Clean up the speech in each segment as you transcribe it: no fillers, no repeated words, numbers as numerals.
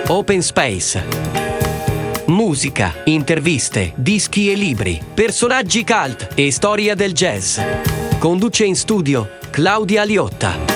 Open Space. Musica, interviste, dischi e libri, personaggi cult e storia del jazz. Conduce in studio Claudia Liotta.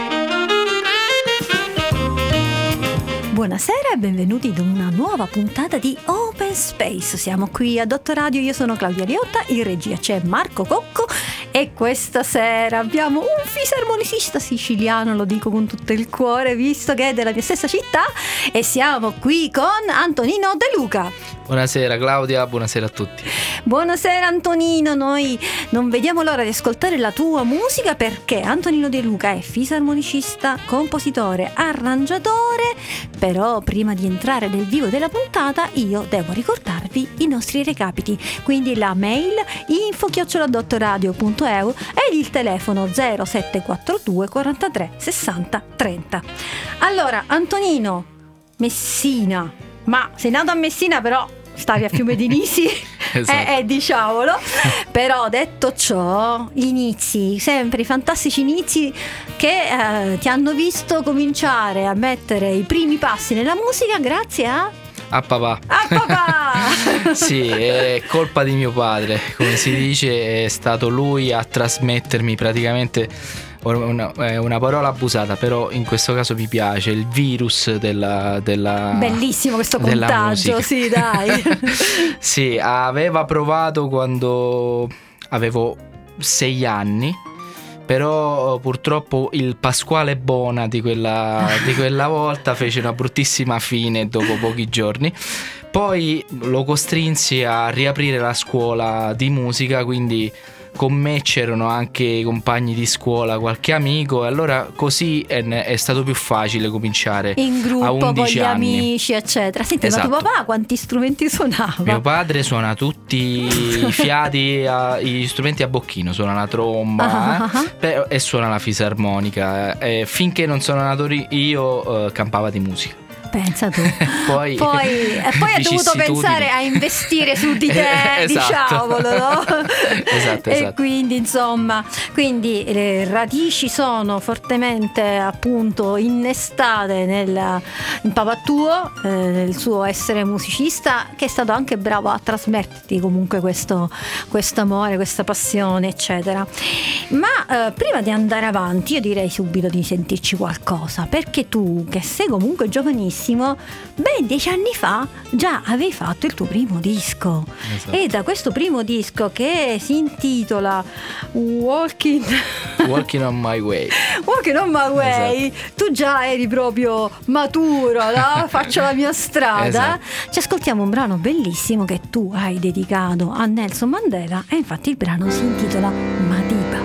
Buonasera e benvenuti ad una nuova puntata di Open Space. Siamo qui a Dottoradio, io sono Claudia Liotta, in regia c'è Marco Cocco e questa sera abbiamo un fisarmonicista siciliano, lo dico con tutto il cuore visto che è della mia stessa città, e siamo qui con Antonino De Luca. Buonasera Claudia, buonasera a tutti. Buonasera Antonino, noi non vediamo l'ora di ascoltare la tua musica perché Antonino De Luca è fisarmonicista, compositore, arrangiatore. Però prima di entrare nel vivo della puntata io devo ricordarvi i nostri recapiti, quindi la mail info@dottoradio.eu ed il telefono 0742 43 60 30. Allora Antonino, Messina, ma sei nato a Messina però stavi a Fiume di Nisi. Esatto. Diciamolo. Però detto ciò, gli inizi, sempre i fantastici inizi che ti hanno visto cominciare a mettere i primi passi nella musica grazie a papà. A papà! Sì, è colpa di mio padre, come si dice, è stato lui a trasmettermi praticamente una parola abusata, però in questo caso mi piace il virus della bellissimo questo contagio, musica. Sì, dai. Sì, aveva provato quando avevo 6 anni, però purtroppo il Pasquale Bona di quella volta fece una bruttissima fine dopo pochi giorni. Poi lo costrinsi a riaprire la scuola di musica, quindi con me c'erano anche i compagni di scuola, qualche amico, e allora così è stato più facile cominciare in gruppo a 11 con gli anni. amici eccetera. Senti, Esatto. Ma tuo papà quanti strumenti suonava? Mio padre suona tutti i fiati, gli strumenti a bocchino, suona la tromba e suona la fisarmonica, finché non sono nato io campava di musica. Pensa tu. Poi ha dovuto vicissitudini. pensare a investire su di te, Esatto. diciamolo, no? Esatto. E quindi insomma, le radici sono fortemente appunto innestate in papà tuo, nel suo essere musicista, che è stato anche bravo a trasmetterti comunque questo amore, questa passione, eccetera. Ma prima di andare avanti io direi subito di sentirci qualcosa, perché tu, che sei comunque giovanissimo, ben 10 anni fa già avevi fatto il tuo primo disco. Esatto. E da questo primo disco, che si intitola Walking on My Way, esatto, tu già eri proprio maturo, no? Faccio la mia strada. Esatto. Ci ascoltiamo un brano bellissimo che tu hai dedicato a Nelson Mandela, e infatti il brano si intitola Madiba.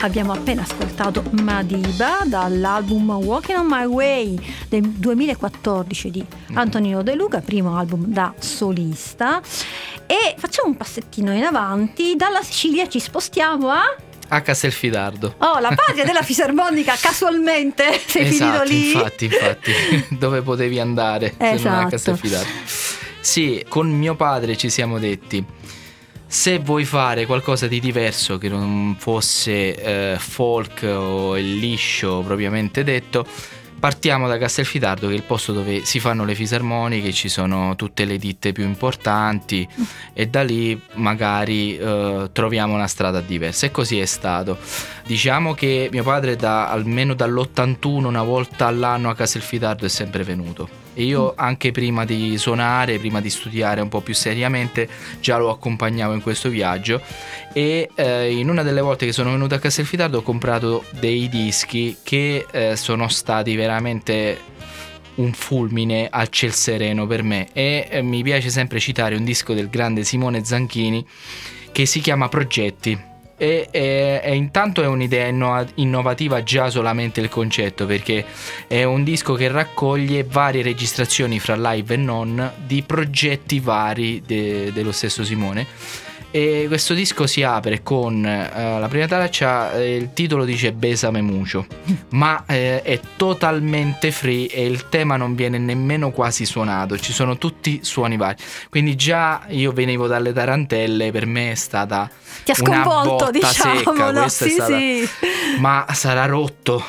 Abbiamo appena ascoltato Madiba dall'album Walking on My Way del 2014 di Antonino De Luca, primo album da solista. E facciamo un passettino in avanti, dalla Sicilia ci spostiamo a Castelfidardo. Oh, la patria della fisarmonica, casualmente sei finito lì. Infatti, dove potevi andare se non a Castelfidardo? Sì, con mio padre ci siamo detti: se vuoi fare qualcosa di diverso che non fosse folk o il liscio propriamente detto, partiamo da Castelfidardo, che è il posto dove si fanno le fisarmoniche, ci sono tutte le ditte più importanti e da lì magari troviamo una strada diversa. E così è stato. Diciamo che mio padre almeno dall'81 una volta all'anno a Castelfidardo è sempre venuto. E io anche prima di suonare, prima di studiare un po' più seriamente, già lo accompagnavo in questo viaggio. E in una delle volte che sono venuto a Castelfidardo ho comprato dei dischi che sono stati veramente un fulmine al ciel sereno per me. E mi piace sempre citare un disco del grande Simone Zanchini che si chiama Progetti. E intanto è un'idea innovativa già solamente il concetto, perché è un disco che raccoglie varie registrazioni fra live e non di progetti vari dello stesso Simone. E questo disco si apre con la prima traccia, il titolo dice Besame mucho, ma è totalmente free e il tema non viene nemmeno quasi suonato, ci sono tutti suoni vari, quindi già io venivo dalle tarantelle, per me è stata una botta secca, questa è stata, sì. Ma sarà rotto,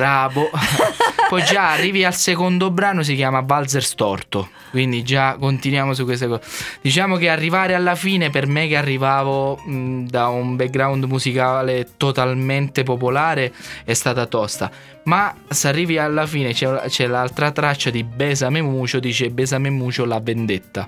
poi già arrivi al secondo brano, si chiama Valzer storto, quindi già continuiamo su questa cosa. Diciamo che arrivare alla fine, per me che arrivavo da un background musicale totalmente popolare, è stata tosta, ma se arrivi alla fine c'è l'altra traccia di Besame mucho, dice Besame mucho la vendetta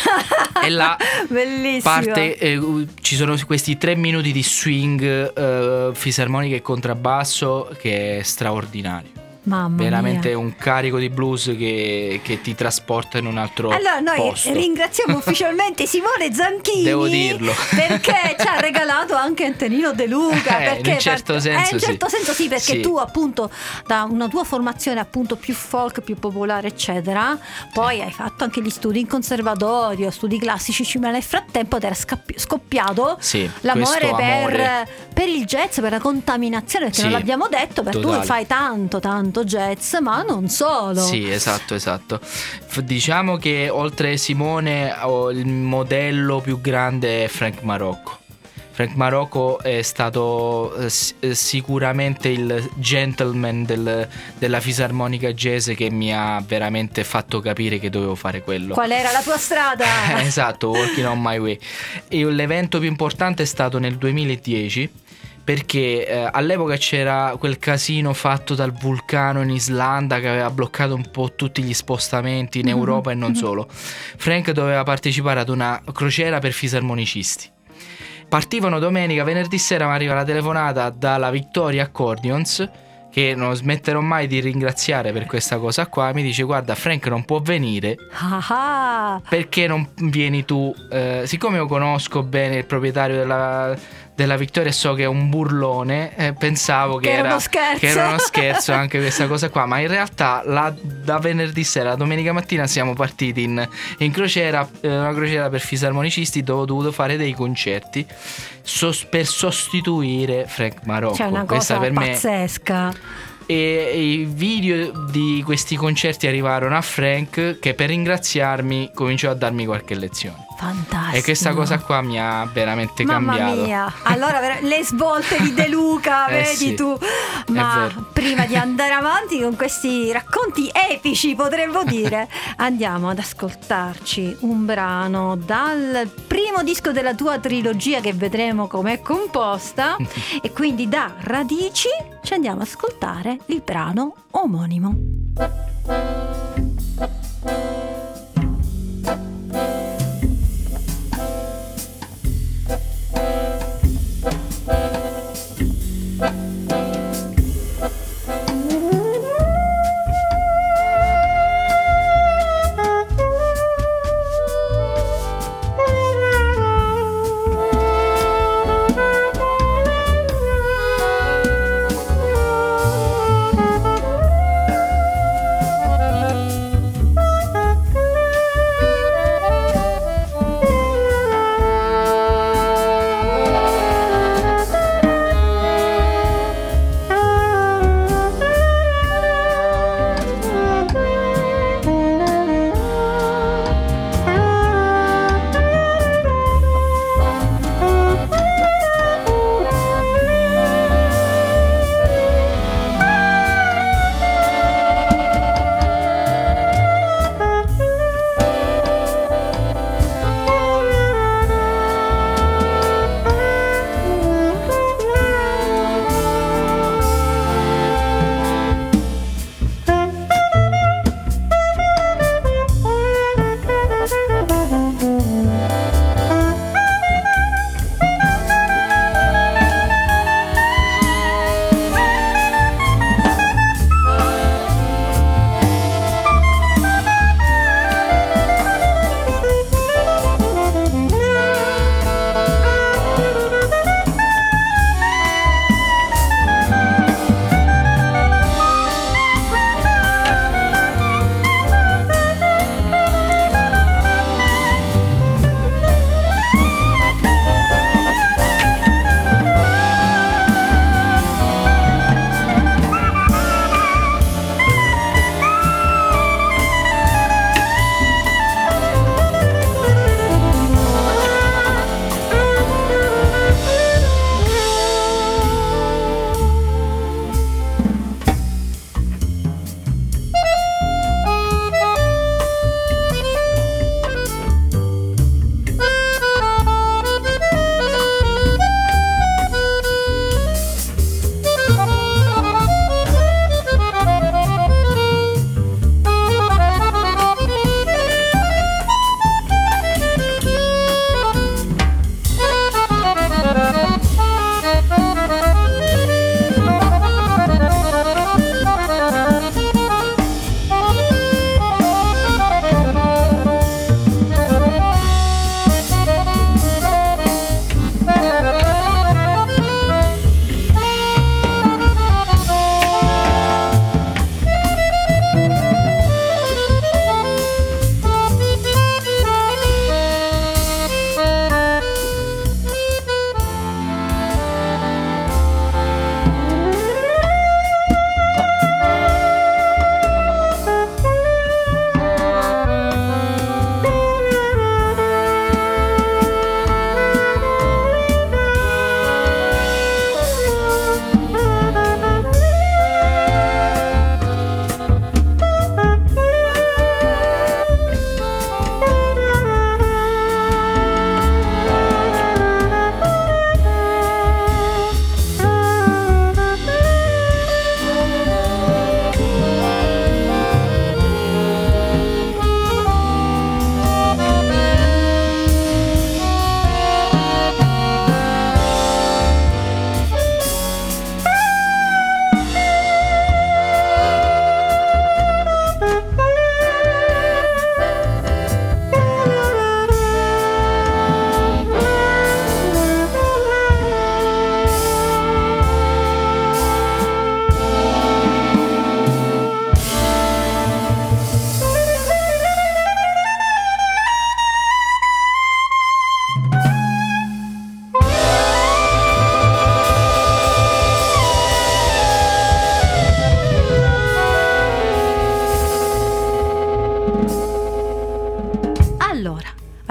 e là parte, ci sono questi 3 minuti di swing, fisarmonica e contrabbasso che è straordinario. Mamma veramente mia. Un carico di blues che ti trasporta in un altro allora noi posto. Ringraziamo ufficialmente Simone Zanchini, devo dirlo, perché ci ha regalato anche Antonino De Luca, perché in un certo senso sì, perché tu appunto da una tua formazione appunto più folk, più popolare eccetera, poi hai fatto anche gli studi in conservatorio, studi classici, ma nel frattempo ti era scoppiato l'amore per il jazz, per la contaminazione, perché non l'abbiamo detto, perché tu fai tanto jazz, ma non solo. Sì, esatto. Diciamo che oltre Simone il modello più grande è Frank Marocco. Frank Marocco è stato sicuramente il gentleman della fisarmonica jazz che mi ha veramente fatto capire che dovevo fare quello. Qual era la tua strada? Esatto, Walking on My Way. E l'evento più importante è stato nel 2010, perché all'epoca c'era quel casino fatto dal vulcano in Islanda che aveva bloccato un po' tutti gli spostamenti in Europa e non solo. Frank doveva partecipare ad una crociera per fisarmonicisti. Partivano domenica, venerdì sera mi arriva la telefonata dalla Victoria Accordions, che non smetterò mai di ringraziare per questa cosa qua. Mi dice: guarda, Frank non può venire, perché non vieni tu? Siccome io conosco bene il proprietario della Victoria, so che è un burlone, pensavo che era uno scherzo anche questa cosa qua, ma in realtà da venerdì sera a domenica mattina siamo partiti in crociera, una crociera per fisarmonicisti, dove ho dovuto fare dei concerti per sostituire Frank Marocco. C'è una cosa per pazzesca. E i video di questi concerti arrivarono a Frank, che per ringraziarmi cominciò a darmi qualche lezione. Fantastico. E questa cosa qua mi ha veramente cambiato. Mamma mia. Allora le svolte di De Luca, vedi sì, tu. Ma prima di andare avanti con questi racconti epici, potremmo dire, andiamo ad ascoltarci un brano dal primo disco della tua trilogia, che vedremo com'è composta. E quindi da Radici ci andiamo ad ascoltare il brano omonimo.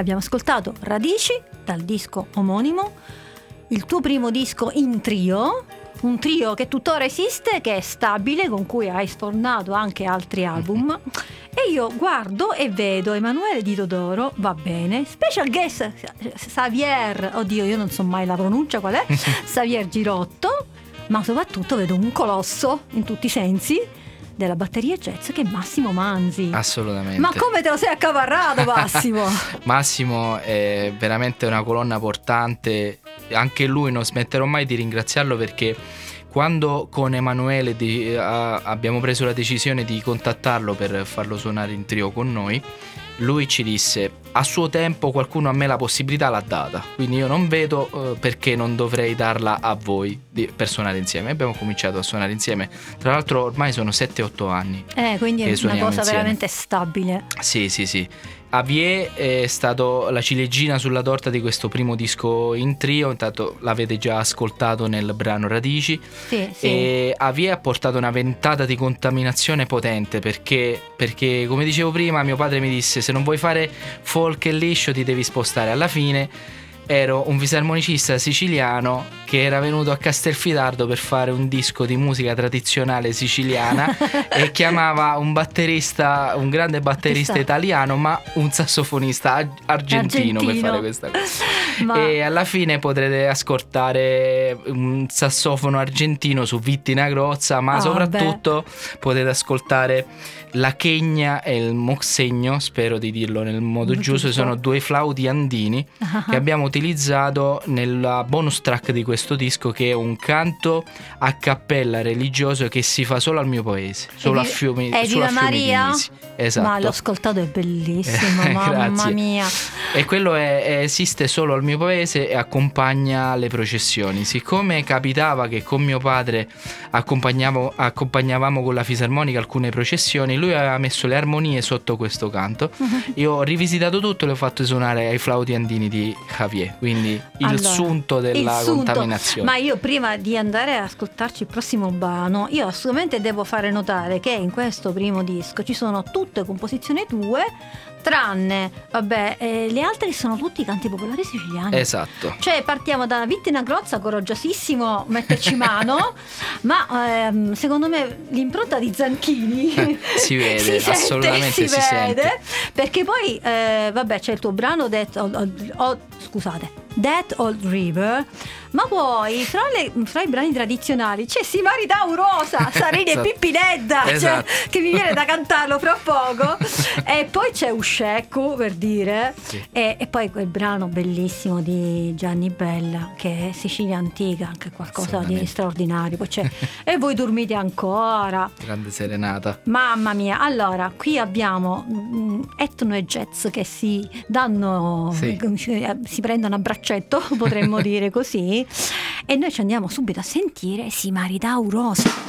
abbiamo ascoltato Radici dal disco omonimo, il tuo primo disco in trio, un trio che tuttora esiste, che è stabile, con cui hai sfornato anche altri album. E io guardo e vedo Emanuele Di Todoro, va bene, special guest Xavier, oddio io non so mai la pronuncia qual è, Xavier Girotto, ma soprattutto vedo un colosso in tutti i sensi della batteria jazz che è Massimo Manzi. Assolutamente. Ma come te lo sei accaparrato, Massimo? Massimo è veramente una colonna portante, anche lui non smetterò mai di ringraziarlo, perché quando con Emanuele abbiamo preso la decisione di contattarlo per farlo suonare in trio con noi, lui ci disse: a suo tempo qualcuno a me la possibilità l'ha data, quindi io non vedo perché non dovrei darla a voi per suonare insieme. Abbiamo cominciato a suonare insieme, tra l'altro ormai sono 7-8 anni. Quindi è una cosa insieme. veramente stabile. Sì. Avie è stato la ciliegina sulla torta di questo primo disco in trio, intanto l'avete già ascoltato nel brano Radici. Sì. E Avie ha portato una ventata di contaminazione potente, perché come dicevo prima, mio padre mi disse: se non vuoi fare folk e liscio ti devi spostare. Alla fine ero un fisarmonicista siciliano che era venuto a Castelfidardo per fare un disco di musica tradizionale siciliana e chiamava un grande batterista italiano, ma un sassofonista argentino per fare questa cosa. E alla fine potrete ascoltare un sassofono argentino su Vittina Grozza, ma soprattutto potete ascoltare la chegna e il moxegno, spero di dirlo nel modo giusto. Sono due flauti andini che abbiamo utilizzato nella bonus track di questo disco, che è un canto a cappella religioso che si fa solo al mio paese, solo a Fiumi, solo a Fiumicisi. Esatto. Ma l'ho ascoltato, è bellissimo, mamma mia. E quello esiste solo al mio paese e accompagna le processioni. Siccome capitava che con mio padre accompagnavamo con la fisarmonica alcune processioni, lui aveva messo le armonie sotto questo canto. Io ho rivisitato tutto e le ho fatto suonare ai flauti andini di Javier, quindi il sunto della contaminazione. Ma io prima di andare ad ascoltarci il prossimo brano, io assolutamente devo fare notare che in questo primo disco ci sono tutte composizioni tue, tranne le altre sono tutti canti popolari siciliani. Esatto. Cioè partiamo da Vittina Grozza, coraggiosissimo metterci mano, ma secondo me l'impronta di Zanchini si vede, assolutamente si sente. Perché poi c'è il tuo brano Death Old River, ma poi fra i brani tradizionali c'è Simaritau Rosa, Sarina esatto. e Pippinedda, esatto. che mi viene da cantarlo fra poco. E poi c'è Uscecco, per dire, sì. E poi quel brano bellissimo di Gianni Bella, che è Sicilia Antica, anche qualcosa di straordinario. Poi c'è E voi dormite ancora, grande serenata. Mamma mia. Allora qui abbiamo etno e jazz che si danno, si prendono a braccetto, potremmo dire così, e noi ci andiamo subito a sentire Simaritau Rosa.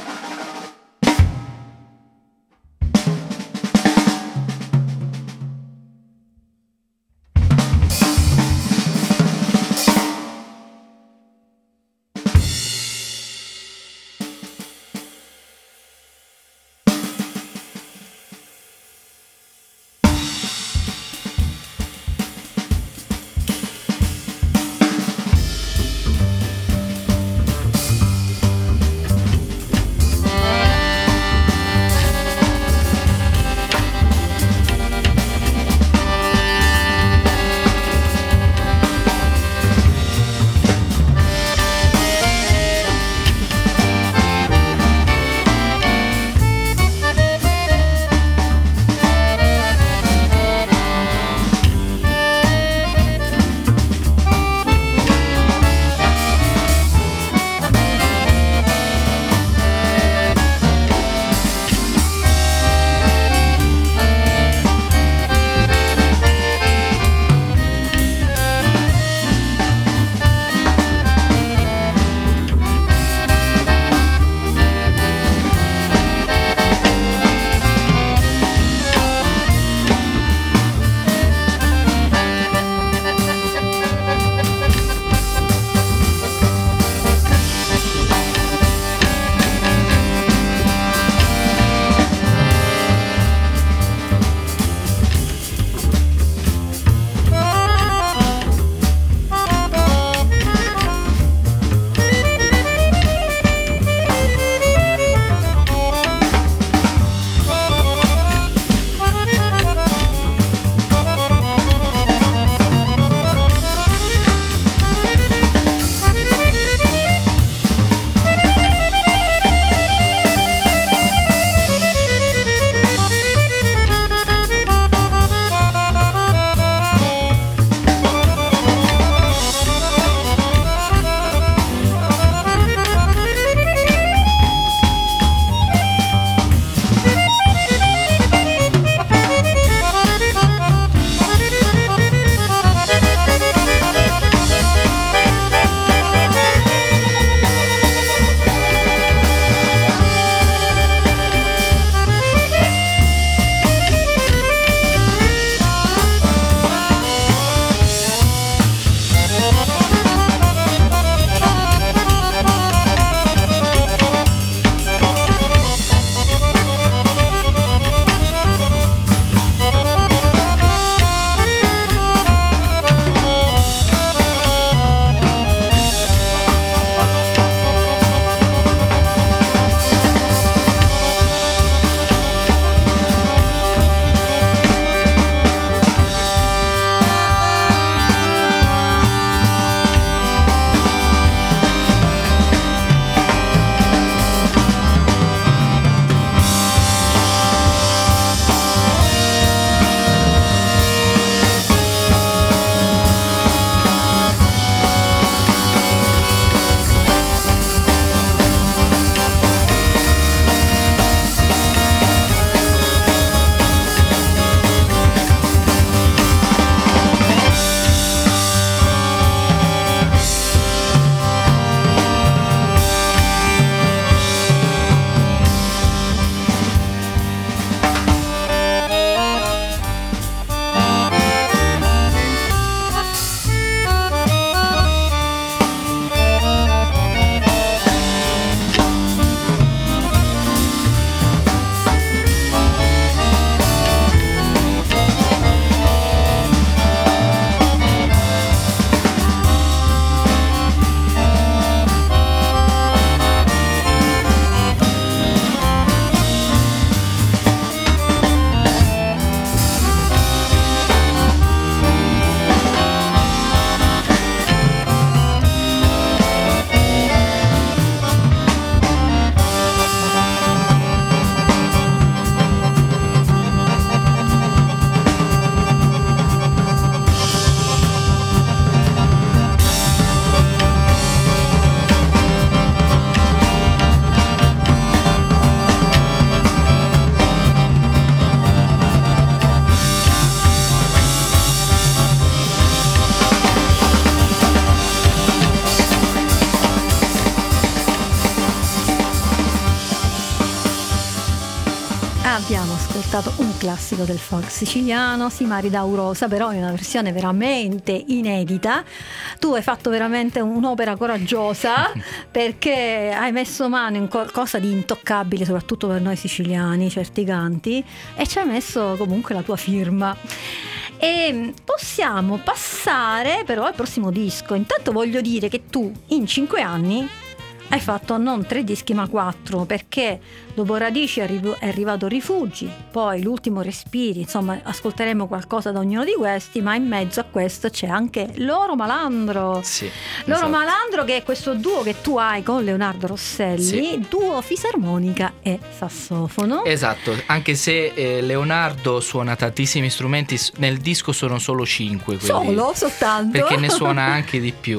Abbiamo ascoltato un classico del folk siciliano, Simari d'Aurosa, però in una versione veramente inedita. Tu hai fatto veramente un'opera coraggiosa perché hai messo mano in qualcosa di intoccabile, soprattutto per noi siciliani, certi canti, e ci hai messo comunque la tua firma. E possiamo passare però al prossimo disco. Intanto voglio dire che tu in 5 anni hai fatto non 3 dischi ma 4, perché dopo Radici è arrivato Rifugi, poi l'ultimo Respiri, insomma ascolteremo qualcosa da ognuno di questi, ma in mezzo a questo c'è anche Loro Malandro. Sì, Loro esatto. Malandro, che è questo duo che tu hai con Leonardo Rosselli, Sì. duo fisarmonica e sassofono. Esatto, anche se Leonardo suona tantissimi strumenti, nel disco sono solo 5 quelli, Soltanto? perché ne suona anche di più.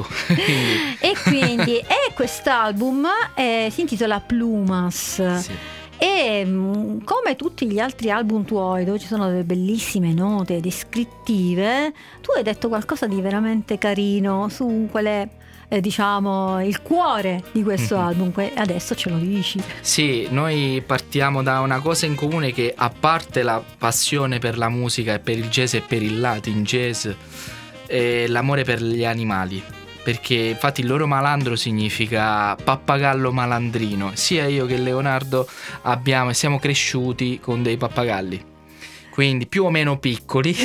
Quindi e quest'album si intitola Plumas. Sì. E come tutti gli altri album tuoi, dove ci sono delle bellissime note descrittive, tu hai detto qualcosa di veramente carino su qual è diciamo il cuore di questo album, adesso ce lo dici. Sì, noi partiamo da una cosa in comune, che a parte la passione per la musica e per il jazz e per il Latin jazz, l'amore per gli animali. Perché infatti il Loro Malandro significa pappagallo malandrino. Sia io che Leonardo abbiamo e siamo cresciuti con dei pappagalli, quindi più o meno piccoli.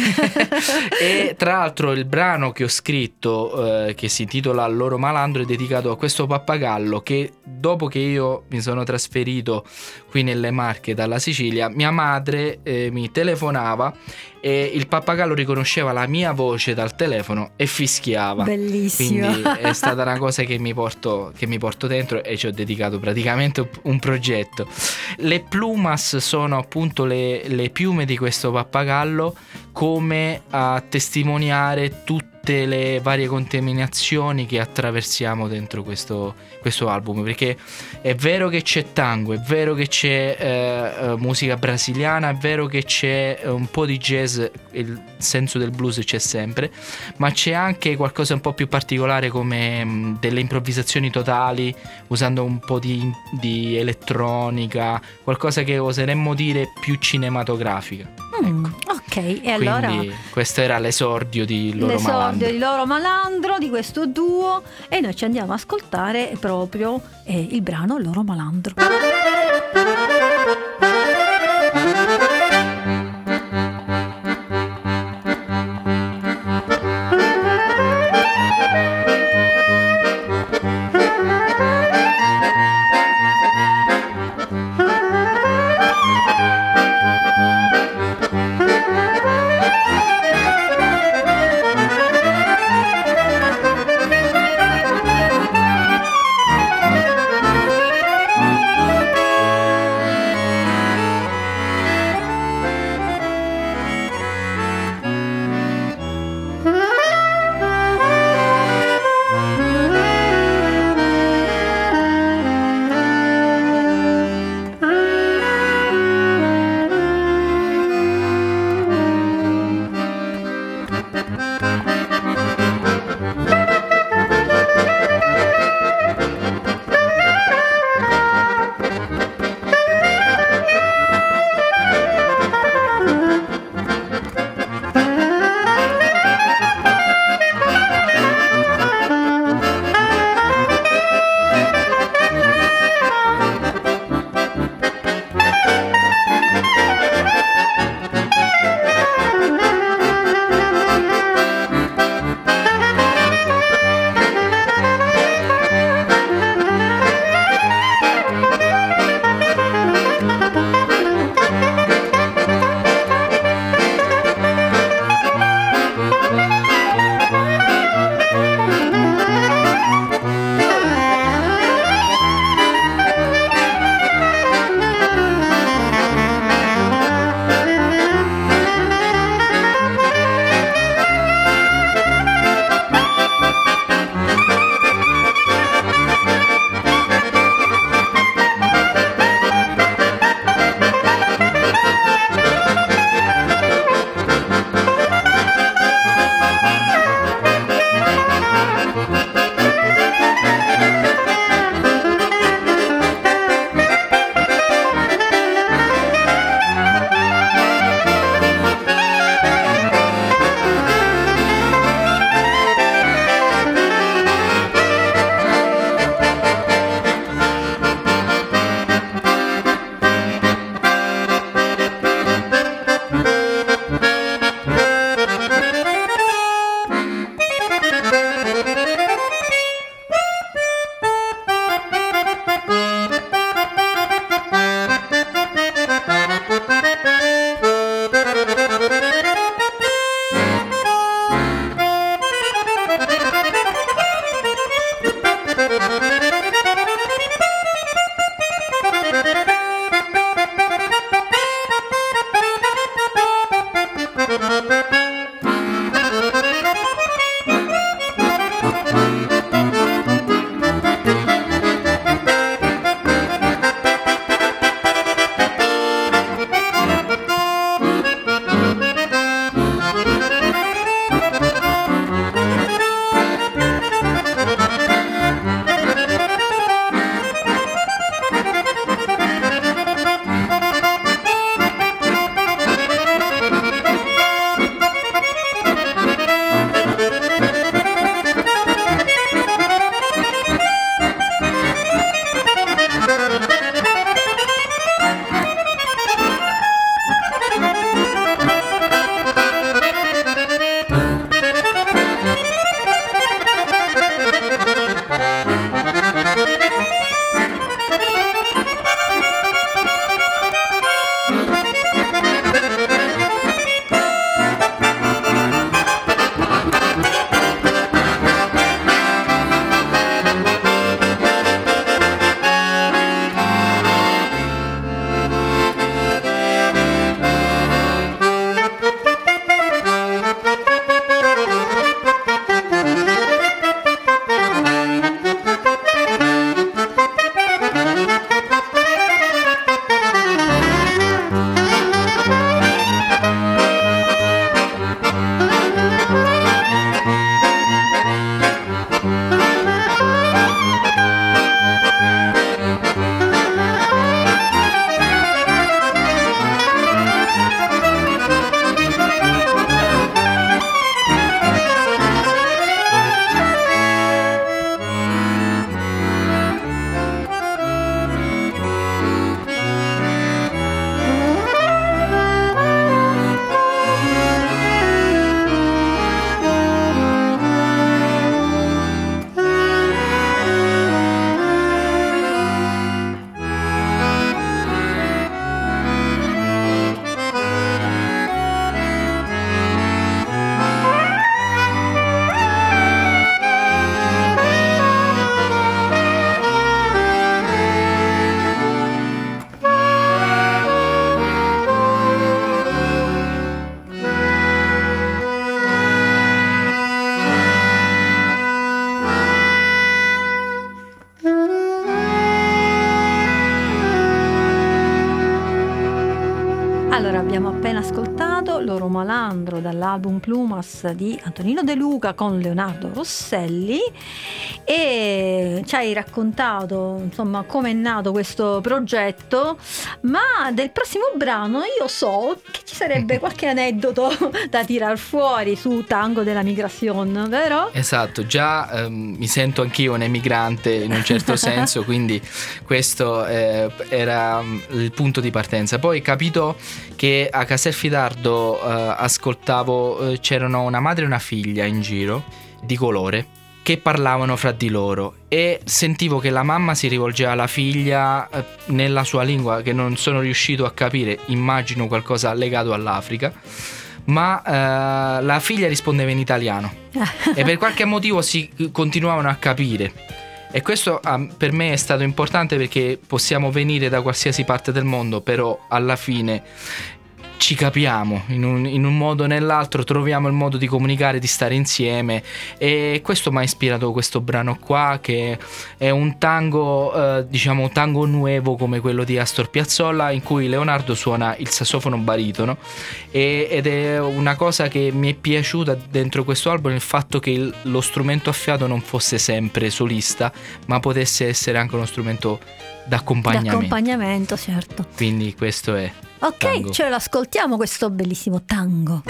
E tra l'altro il brano che ho scritto, che si intitola Loro Malandro, è dedicato a questo pappagallo che, dopo che io mi sono trasferito qui nelle Marche dalla Sicilia, mia madre mi telefonava e il pappagallo riconosceva la mia voce dal telefono e fischiava. Bellissimo. Quindi è stata una cosa che mi porto dentro, e ci ho dedicato praticamente un progetto. Le plumas sono appunto le piume di questo pappagallo, come a testimoniare tutte le varie contaminazioni che attraversiamo dentro questo album, perché è vero che c'è tango, è vero che c'è musica brasiliana, è vero che c'è un po' di jazz, il senso del blues c'è sempre, ma c'è anche qualcosa un po' più particolare, come delle improvvisazioni totali, usando un po' di elettronica, qualcosa che oseremmo dire più cinematografica. Ecco. Ok, e Quindi allora questo era l'esordio di Loro Malandro. L'esordio di Loro Malandro, di questo duo, e noi ci andiamo ad ascoltare proprio il brano Loro Malandro. appena ascoltato Loro Malandro dall'album Plumas di Antonino De Luca con Leonardo Rosselli, e ci hai raccontato insomma come è nato questo progetto, ma del prossimo brano io so che ci sarebbe qualche aneddoto da tirar fuori su Tango della Migración, vero? Esatto, già mi sento anch'io un emigrante in un certo senso, quindi questo era il punto di partenza. Poi capito che a Castelfidardo ascoltavo, c'erano una madre e una figlia in giro di colore che parlavano fra di loro, e sentivo che la mamma si rivolgeva alla figlia nella sua lingua che non sono riuscito a capire, immagino qualcosa legato all'Africa, ma la figlia rispondeva in italiano e per qualche motivo si continuavano a capire. E questo per me è stato importante, perché possiamo venire da qualsiasi parte del mondo, però alla fine ci capiamo in un modo o nell'altro, troviamo il modo di comunicare, di stare insieme, e questo mi ha ispirato questo brano qua, che è un tango, diciamo tango nuovo come quello di Astor Piazzolla, in cui Leonardo suona il sassofono baritono, ed è una cosa che mi è piaciuta dentro questo album, il fatto che lo strumento a fiato non fosse sempre solista, ma potesse essere anche uno strumento d'accompagnamento, certo. Quindi questo è Ok, tango. ce l'ascoltiamo questo bellissimo tango.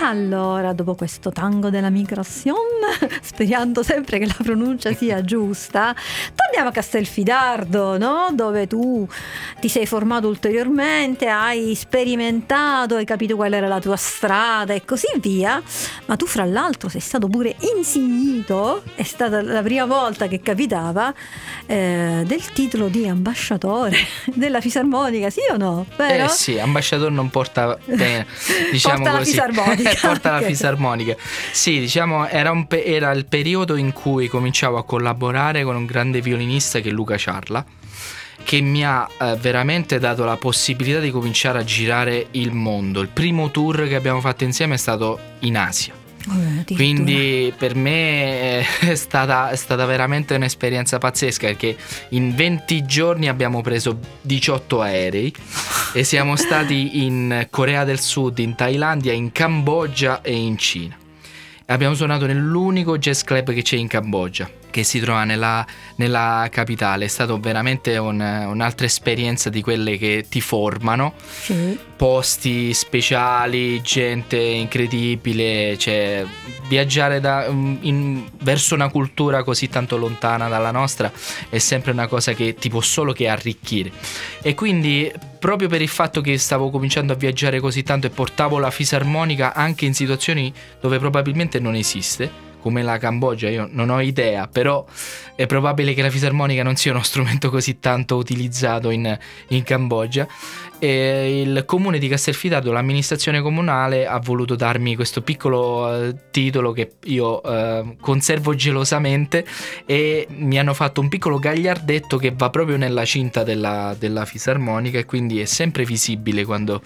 allora, dopo questo tango della migration, sperando sempre che la pronuncia sia giusta, torniamo a Castelfidardo, no? Dove tu ti sei formato ulteriormente, hai sperimentato, hai capito qual era la tua strada e così via, ma tu fra l'altro sei stato pure insignito, è stata la prima volta che capitava, del titolo di ambasciatore della fisarmonica, sì o no? Vero? Sì, ambasciatore non porta bene, diciamo porta così. La fisarmonica. Porta la fisarmonica. Sì, diciamo era il periodo in cui cominciavo a collaborare con un grande violinista che è Luca Ciarla, che mi ha veramente dato la possibilità di cominciare a girare il mondo. Il primo tour che abbiamo fatto insieme è stato in Asia. Quindi per me è stata veramente un'esperienza pazzesca, perché in 20 giorni abbiamo preso 18 aerei e siamo stati in Corea del Sud, in Thailandia, in Cambogia e in Cina. Abbiamo suonato nell'unico jazz club che c'è in Cambogia, che si trova nella capitale. È stato veramente un'altra esperienza di quelle che ti formano. Sì. Posti speciali, gente incredibile, cioè viaggiare verso una cultura così tanto lontana dalla nostra è sempre una cosa che ti può solo che arricchire. E quindi proprio per il fatto che stavo cominciando a viaggiare così tanto e portavo la fisarmonica anche in situazioni dove probabilmente non esiste, come la Cambogia, io non ho idea, però è probabile che la fisarmonica non sia uno strumento così tanto utilizzato in Cambogia. E il comune di Castelfidardo, l'amministrazione comunale, ha voluto darmi questo piccolo titolo che io conservo gelosamente, e mi hanno fatto un piccolo gagliardetto che va proprio nella cinta della fisarmonica, e quindi è sempre visibile quando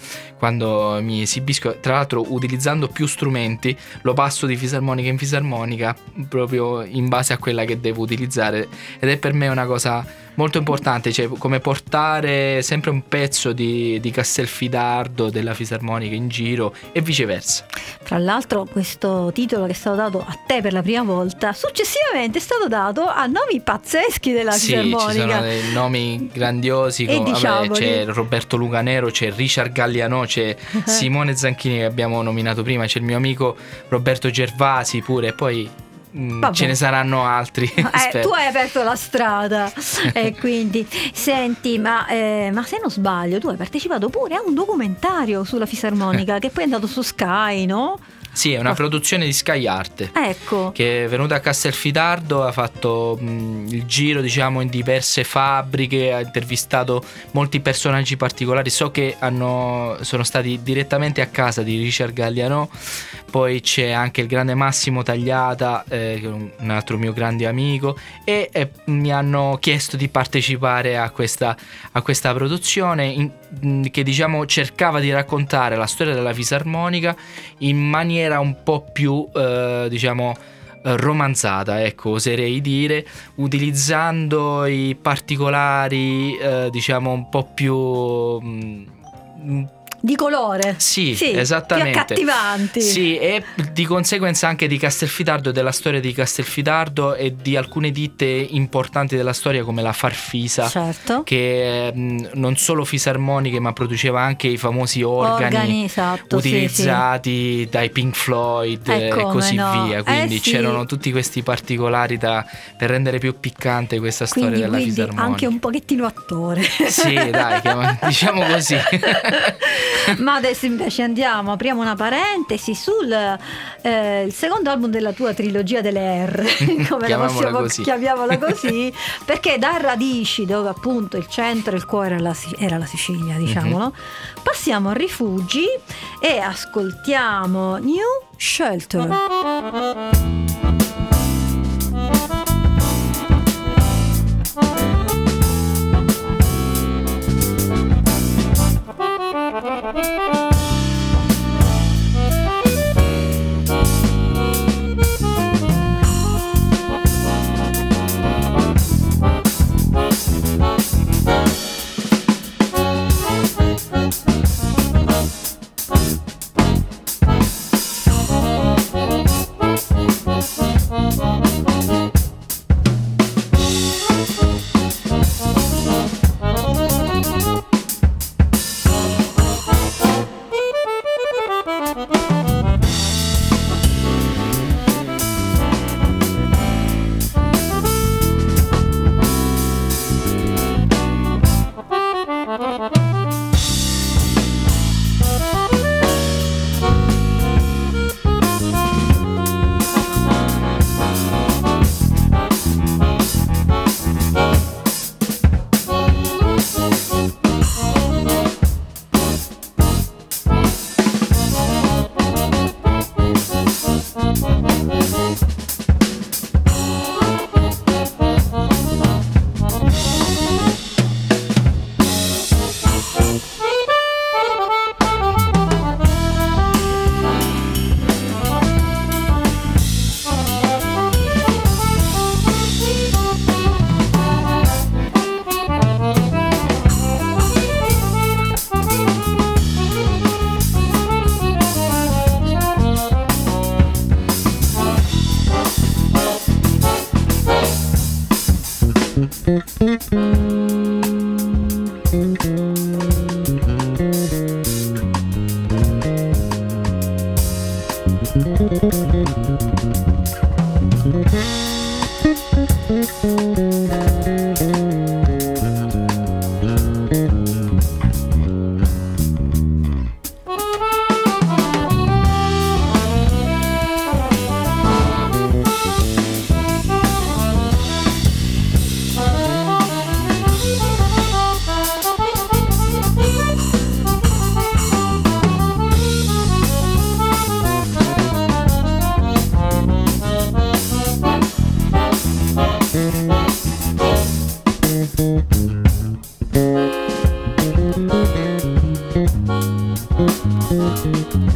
mi esibisco, tra l'altro utilizzando più strumenti, lo passo di fisarmonica in fisarmonica proprio in base a quella che devo utilizzare, ed è per me una cosa molto importante, cioè come portare sempre un pezzo di Castelfidardo, della fisarmonica in giro e viceversa. Tra l'altro questo titolo che è stato dato a te per la prima volta, successivamente è stato dato a nomi pazzeschi della fisarmonica. Sì, ci sono dei nomi grandiosi, c'è Roberto Lucanero, c'è Richard Galliano, c'è Simone Zanchini che abbiamo nominato prima, c'è il mio amico Roberto Gervasi pure, e poi ce ne saranno altri. Tu hai aperto la strada e quindi senti, ma se non sbaglio tu hai partecipato pure a un documentario sulla fisarmonica che poi è andato su Sky, no? Sì, è una produzione di Sky Arte, ecco, che è venuta a Castelfidardo, ha fatto il giro, diciamo, in diverse fabbriche, ha intervistato molti personaggi particolari. So che sono stati direttamente a casa di Richard Galliano, poi c'è anche il grande Massimo Tagliata, che è un altro mio grande amico, e mi hanno chiesto di partecipare a questa produzione che, diciamo, cercava di raccontare la storia della fisarmonica in maniera un po' più diciamo romanzata, ecco, oserei dire, utilizzando i particolari diciamo un po' più di colore, sì, esattamente, più accattivanti. Sì, e di conseguenza anche di Castelfidardo, della storia di Castelfidardo e di alcune ditte importanti della storia come la Farfisa, certo, che non solo fisarmoniche ma produceva anche i famosi organi esatto, utilizzati dai Pink Floyd e così via, quindi c'erano tutti questi particolari per rendere più piccante questa storia della fisarmonica. Anche un pochettino attore. Sì, dai, diciamo così. Ma adesso invece apriamo una parentesi sul il secondo album della tua trilogia delle R, come chiamiamola così, perché da Radici, dove appunto il centro e il cuore era la Sicilia, diciamolo, passiamo a Rifugi e ascoltiamo New Shelter.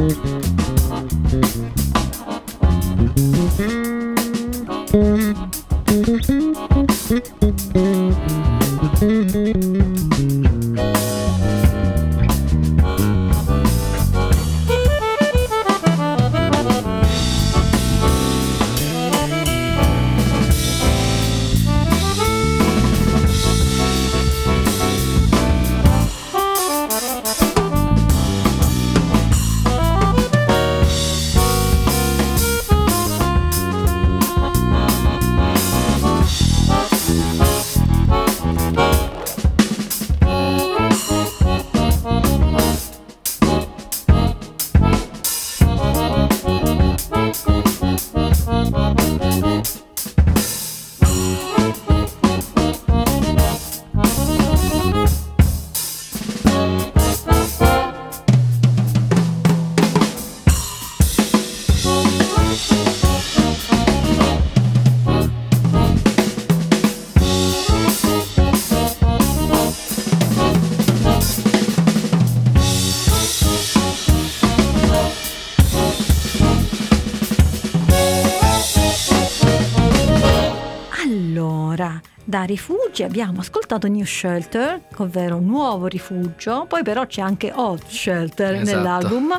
Da Rifugi abbiamo ascoltato New Shelter, ovvero Nuovo Rifugio, poi però c'è anche Old Shelter nell'album.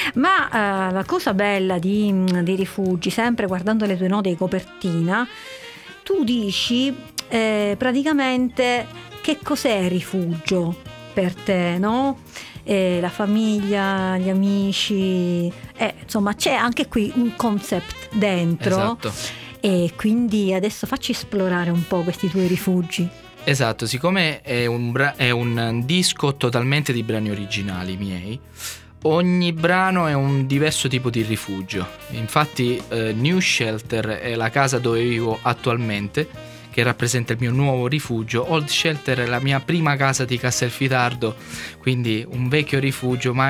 Ma la cosa bella di Rifugi, sempre guardando le tue note di copertina, tu dici praticamente che cos'è rifugio per te, no? La famiglia, gli amici, insomma c'è anche qui un concept dentro. Esatto. E quindi adesso facci esplorare un po' questi tuoi rifugi. Esatto, siccome è un disco totalmente di brani originali miei, ogni brano è un diverso tipo di rifugio. Infatti New Shelter è la casa dove vivo attualmente, che rappresenta il mio nuovo rifugio. Old Shelter è la mia prima casa di Castelfidardo, quindi un vecchio rifugio, ma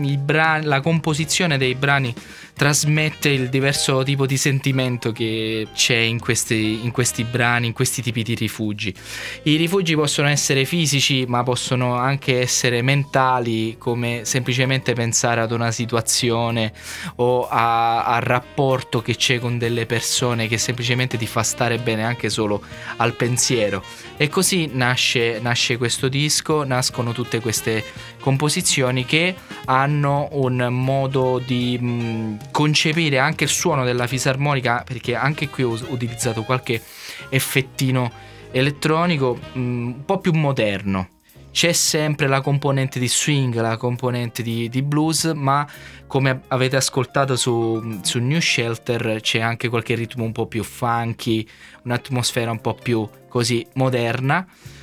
la composizione dei brani trasmette il diverso tipo di sentimento che c'è in questi brani, in questi tipi di rifugi. I rifugi possono essere fisici, ma possono anche essere mentali, come semplicemente pensare ad una situazione o al rapporto che c'è con delle persone che semplicemente ti fa stare bene anche solo al pensiero. E così nasce questo disco, nascono tutte queste composizioni che hanno un modo di concepire anche il suono della fisarmonica, perché anche qui ho utilizzato qualche effettino elettronico un po' più moderno. C'è sempre la componente di swing, la componente di blues, ma come avete ascoltato su New Shelter c'è anche qualche ritmo un po' più funky, un'atmosfera un po' più così moderna,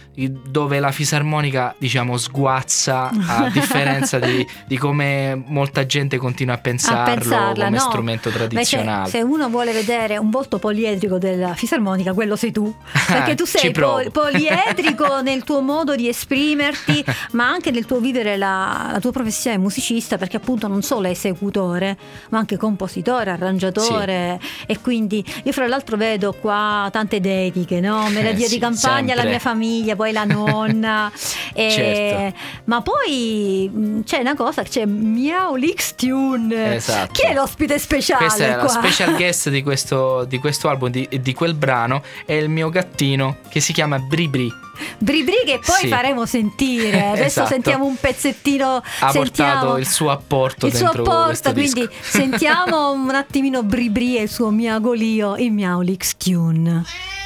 dove la fisarmonica, diciamo, sguazza, a differenza di come molta gente continua a pensarlo come strumento tradizionale. Se uno vuole vedere un volto poliedrico della fisarmonica, quello sei tu, perché tu sei poliedrico nel tuo modo di esprimerti, ma anche nel tuo vivere la tua professione musicista, perché appunto non solo esecutore ma anche compositore, arrangiatore, sì. E quindi io fra l'altro vedo qua tante dediche, no? Melodia di campagna alla mia famiglia, poi la nonna, certo. Ma poi c'è una cosa, c'è Miaulix Tune. Esatto. Chi è l'ospite speciale? Questa è qua? la special guest di questo album, di quel brano, è il mio gattino che si chiama Bribri. Bribri, che poi sì, faremo sentire. Adesso esatto. Sentiamo un pezzettino. Ha portato il suo apporto dentro questo quindi disco. Sentiamo un attimino Bribri e il suo miagolio in Miaulix Tune.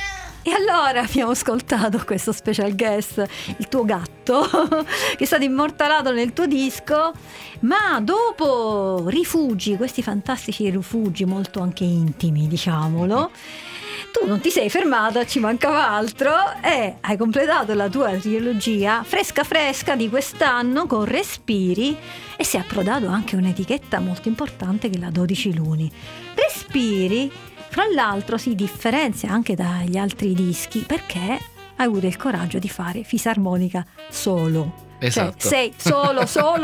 E allora abbiamo ascoltato questo special guest, il tuo gatto, che è stato immortalato nel tuo disco. Ma dopo Rifugi, questi fantastici rifugi molto anche intimi, diciamolo, tu non ti sei fermato, ci mancava altro, e hai completato la tua trilogia fresca di quest'anno con Respiri, e si è approdato anche un'etichetta molto importante che è la 12 Luni. Respiri, fra l'altro, si differenzia anche dagli altri dischi perché hai avuto il coraggio di fare fisarmonica solo. Esatto. Cioè, sei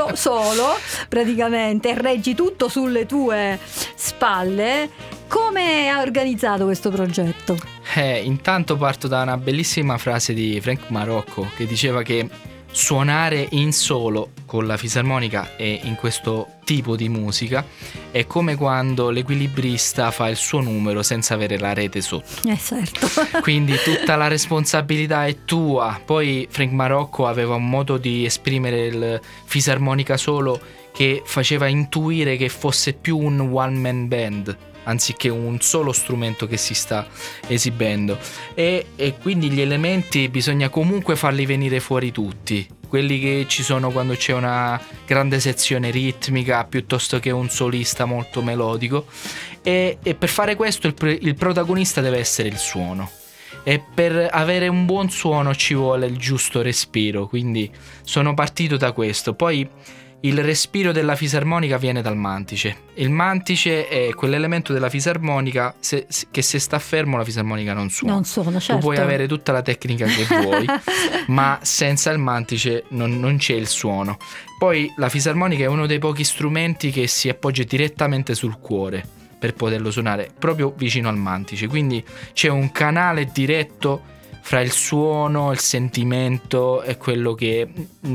solo praticamente, reggi tutto sulle tue spalle. Come hai organizzato questo progetto? Intanto parto da una bellissima frase di Frank Marocco, che diceva che suonare in solo con la fisarmonica e in questo tipo di musica è come quando l'equilibrista fa il suo numero senza avere la rete sotto. Certo. Quindi tutta la responsabilità è tua. Poi Frank Marocco aveva un modo di esprimere il fisarmonica solo che faceva intuire che fosse più un one man band anziché un solo strumento che si sta esibendo, e quindi gli elementi bisogna comunque farli venire fuori tutti, quelli che ci sono quando c'è una grande sezione ritmica piuttosto che un solista molto melodico, e per fare questo il protagonista deve essere il suono, e per avere un buon suono ci vuole il giusto respiro, quindi sono partito da questo. Poi il respiro della fisarmonica viene dal mantice. Il mantice è quell'elemento della fisarmonica che se sta fermo la fisarmonica non suona. Non suona, certo. Tu puoi avere tutta la tecnica che vuoi, ma senza il mantice non c'è il suono. Poi la fisarmonica è uno dei pochi strumenti che si appoggia direttamente sul cuore per poterlo suonare, proprio vicino al mantice. Quindi c'è un canale diretto fra il suono, il sentimento e quello che...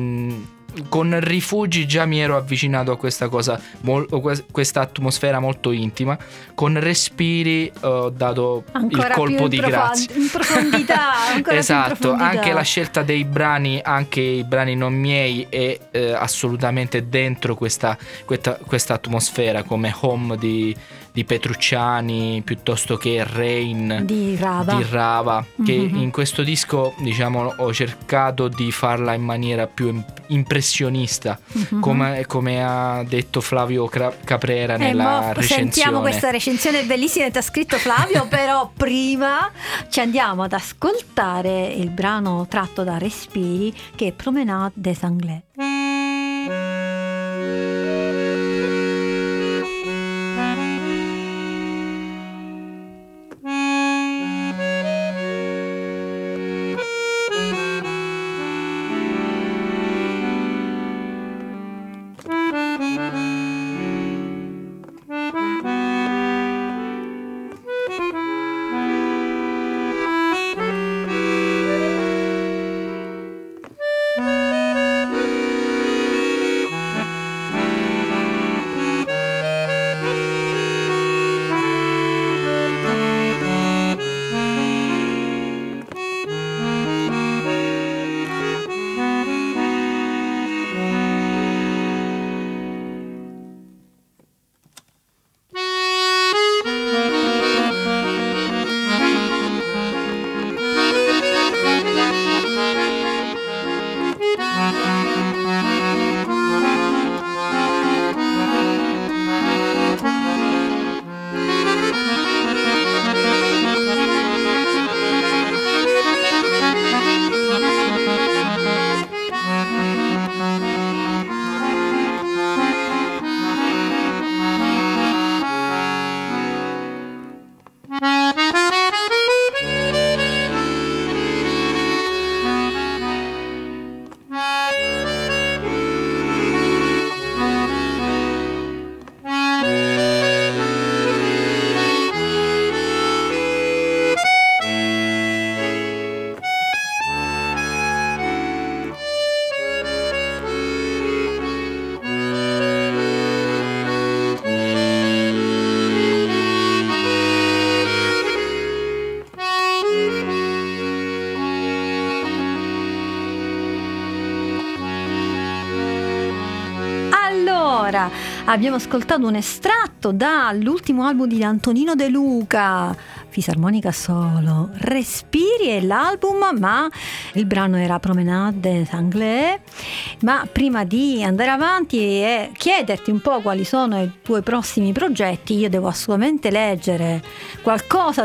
con Rifugi già mi ero avvicinato a questa cosa, questa atmosfera molto intima. Con Respiri ho dato ancora il colpo di grazia in profondità, ancora esatto, più in profondità. Anche la scelta dei brani, anche i brani non miei, è assolutamente dentro questa atmosfera, come Home di Petrucciani, piuttosto che Rain di Rava, che in questo disco, diciamo, ho cercato di farla in maniera più impressionista, come ha detto Flavio Caprera nella recensione. Sentiamo questa recensione bellissima che ti ha scritto Flavio, però prima ci andiamo ad ascoltare il brano tratto da Respiri, che è Promenade des Anglais. Abbiamo ascoltato un estratto dall'ultimo album di Antonino De Luca, fisarmonica solo, Respiri è l'album, ma il brano era Promenade des Anglais. Ma prima di andare avanti e chiederti un po' quali sono i tuoi prossimi progetti, io devo assolutamente leggere qualcosa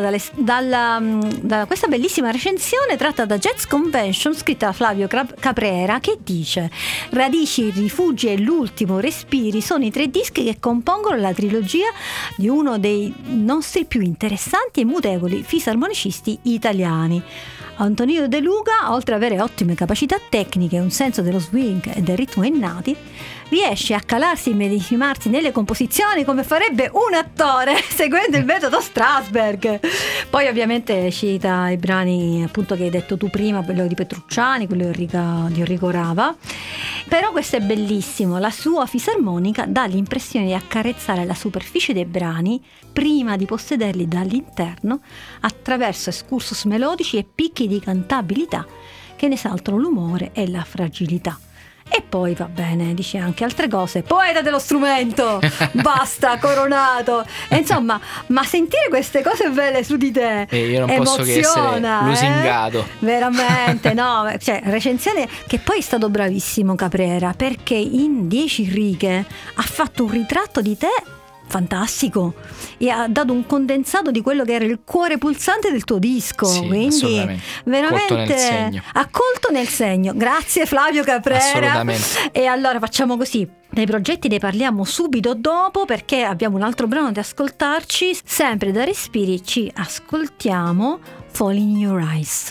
da questa bellissima recensione tratta da Jazz Convention, scritta da Flavio Caprera, che dice: Radici, Rifugi e l'ultimo Respiri sono i 3 dischi che compongono la trilogia di uno dei nostri più interessanti e mutevoli fisarmonicisti italiani. Antonino De Luca, oltre ad avere ottime capacità tecniche e un senso dello swing e del ritmo innati, riesce a calarsi e immedesimarsi nelle composizioni come farebbe un attore, seguendo il metodo Strasberg. Poi ovviamente cita i brani appunto che hai detto tu prima, quello di Petrucciani, quello di Enrico Rava. Però questo è bellissimo, la sua fisarmonica dà l'impressione di accarezzare la superficie dei brani prima di possederli dall'interno attraverso excursus melodici e picchi di cantabilità che ne esaltano l'umore e la fragilità. E poi va bene, dice anche altre cose, poeta dello strumento, basta, coronato. E insomma, ma sentire queste cose belle su di te io non posso che essere lusingato. Veramente, no, cioè recensione che poi è stato bravissimo Caprera, perché in 10 righe ha fatto un ritratto di te fantastico e ha dato un condensato di quello che era il cuore pulsante del tuo disco. Sì, quindi veramente accolto nel segno. Grazie Flavio Caprera. Assolutamente. E allora facciamo così, dei progetti ne parliamo subito dopo, perché abbiamo un altro brano da ascoltarci. Sempre da Respiri ci ascoltiamo Falling in Your Eyes.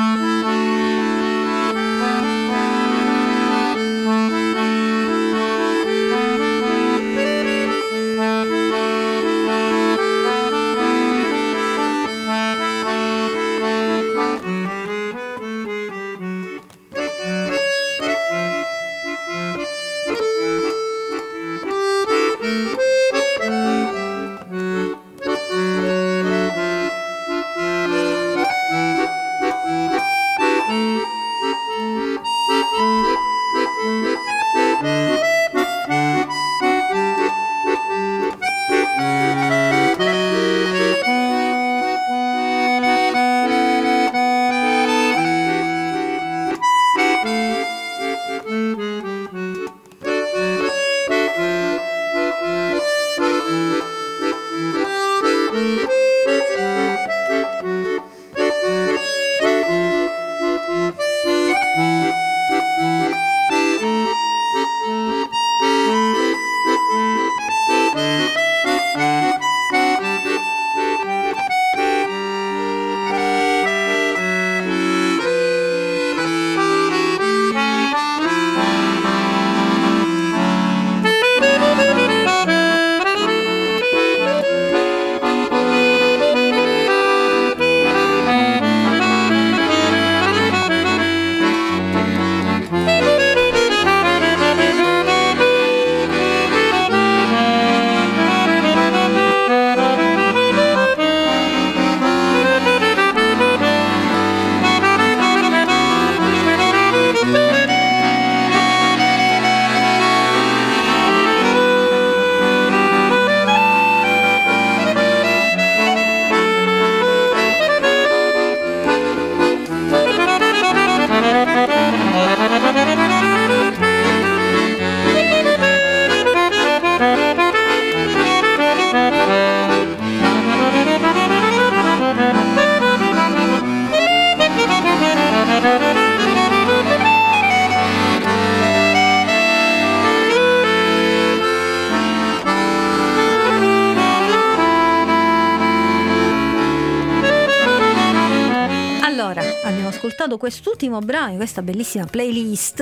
ascoltato quest'ultimo brano di questa bellissima playlist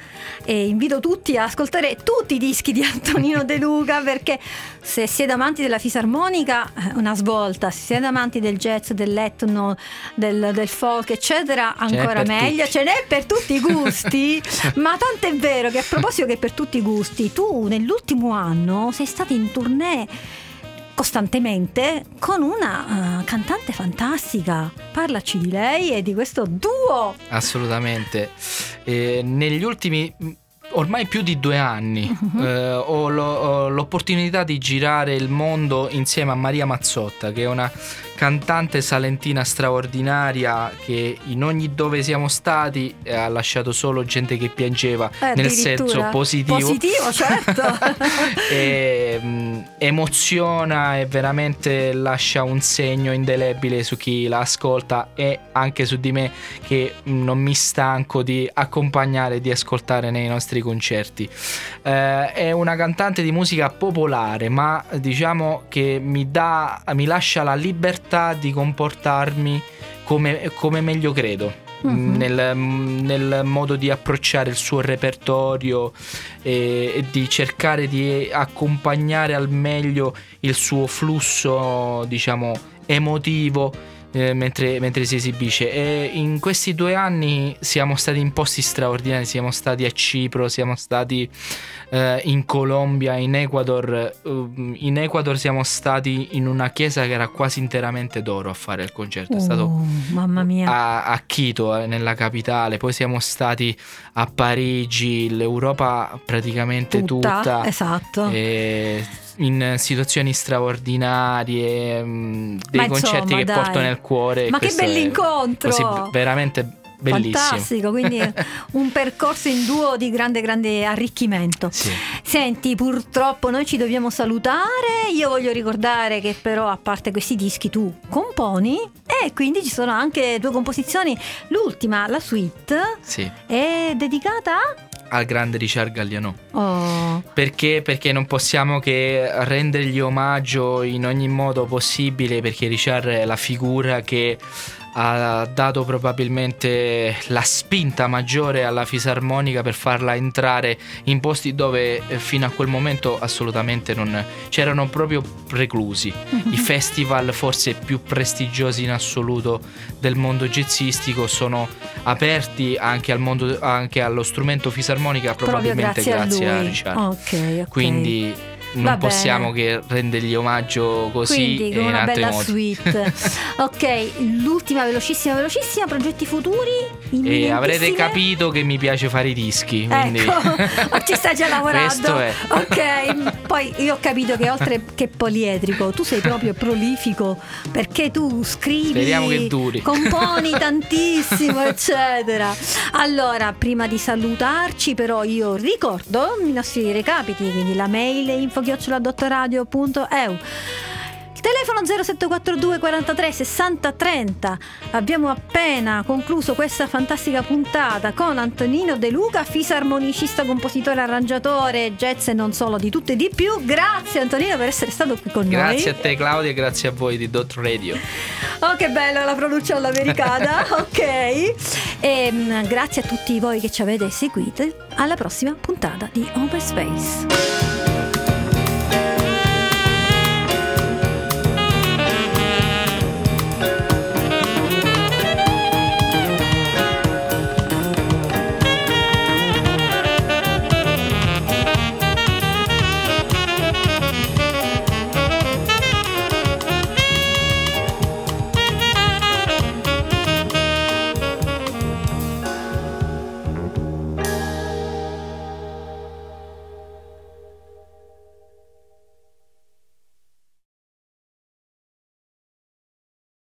e invito tutti a ascoltare tutti i dischi di Antonino De Luca, perché se siete amanti della fisarmonica una svolta, se siete amanti del jazz, dell'etno, del folk eccetera ancora meglio, ce n'è per tutti i gusti. Ma tanto è vero che, a proposito che per tutti i gusti, tu nell'ultimo anno sei stato in tournée costantemente con una cantante fantastica. Parlaci di lei e di questo duo. Assolutamente. Negli ultimi ormai più di 2 anni ho l'opportunità di girare il mondo insieme a Maria Mazzotta, che è una cantante salentina straordinaria, che in ogni dove siamo stati ha lasciato solo gente che piangeva, nel senso positivo, certo. Emoziona e veramente lascia un segno indelebile su chi la ascolta e anche su di me, che non mi stanco di accompagnare e di ascoltare nei nostri concerti. È una cantante di musica popolare, ma diciamo che mi lascia la libertà libertà di comportarmi come meglio credo. Nel modo di approcciare il suo repertorio e di cercare di accompagnare al meglio il suo flusso, diciamo, emotivo mentre si esibisce. E in questi 2 anni siamo stati in posti straordinari, siamo stati a Cipro, siamo stati in Colombia, in Ecuador. In Ecuador siamo stati in una chiesa che era quasi interamente d'oro a fare il concerto. È stato mamma mia. a Quito, nella capitale. Poi siamo stati a Parigi, l'Europa praticamente tutta. Esatto. In situazioni straordinarie, dei concerti che porto nel cuore. Ma che bell'incontro! Così, veramente bellissimo. Fantastico, quindi un percorso in duo di grande arricchimento. Sì. Senti, purtroppo noi ci dobbiamo salutare. Io voglio ricordare che però, a parte questi dischi, tu componi e quindi ci sono anche 2 composizioni. L'ultima, la suite, sì, è dedicata al grande Richard Galliano. Oh. Perché non possiamo che rendergli omaggio in ogni modo possibile, perché Richard è la figura che ha dato probabilmente la spinta maggiore alla fisarmonica per farla entrare in posti dove fino a quel momento assolutamente non c'erano, proprio preclusi. I festival forse più prestigiosi in assoluto del mondo jazzistico sono aperti anche al mondo, anche allo strumento fisarmonica, probabilmente grazie a Richard. Okay. Quindi non possiamo che rendergli omaggio così. Quindi, e con in una altri bella modi. suite. Ok, l'ultima velocissima, progetti futuri. E avrete capito che mi piace fare i dischi, quindi ecco, ci stai già lavorando. Questo è. Ok, poi io ho capito che oltre che poliedrico tu sei proprio prolifico, perché tu scrivi, speriamo che duri, componi tantissimo eccetera. Allora, prima di salutarci però io ricordo i nostri recapiti, quindi la mail info@dottoradio.eu, telefono 0742 43 60 30. Abbiamo appena concluso questa fantastica puntata con Antonino De Luca, fisarmonicista, compositore, arrangiatore, jazz e non solo, di tutto e di più. Grazie Antonino per essere stato qui con noi. Grazie a te Claudia e grazie a voi di Dot Radio. Oh, che bella la pronuncia all'americana. Ok, e grazie a tutti voi che ci avete seguito. Alla prossima puntata di Open Space.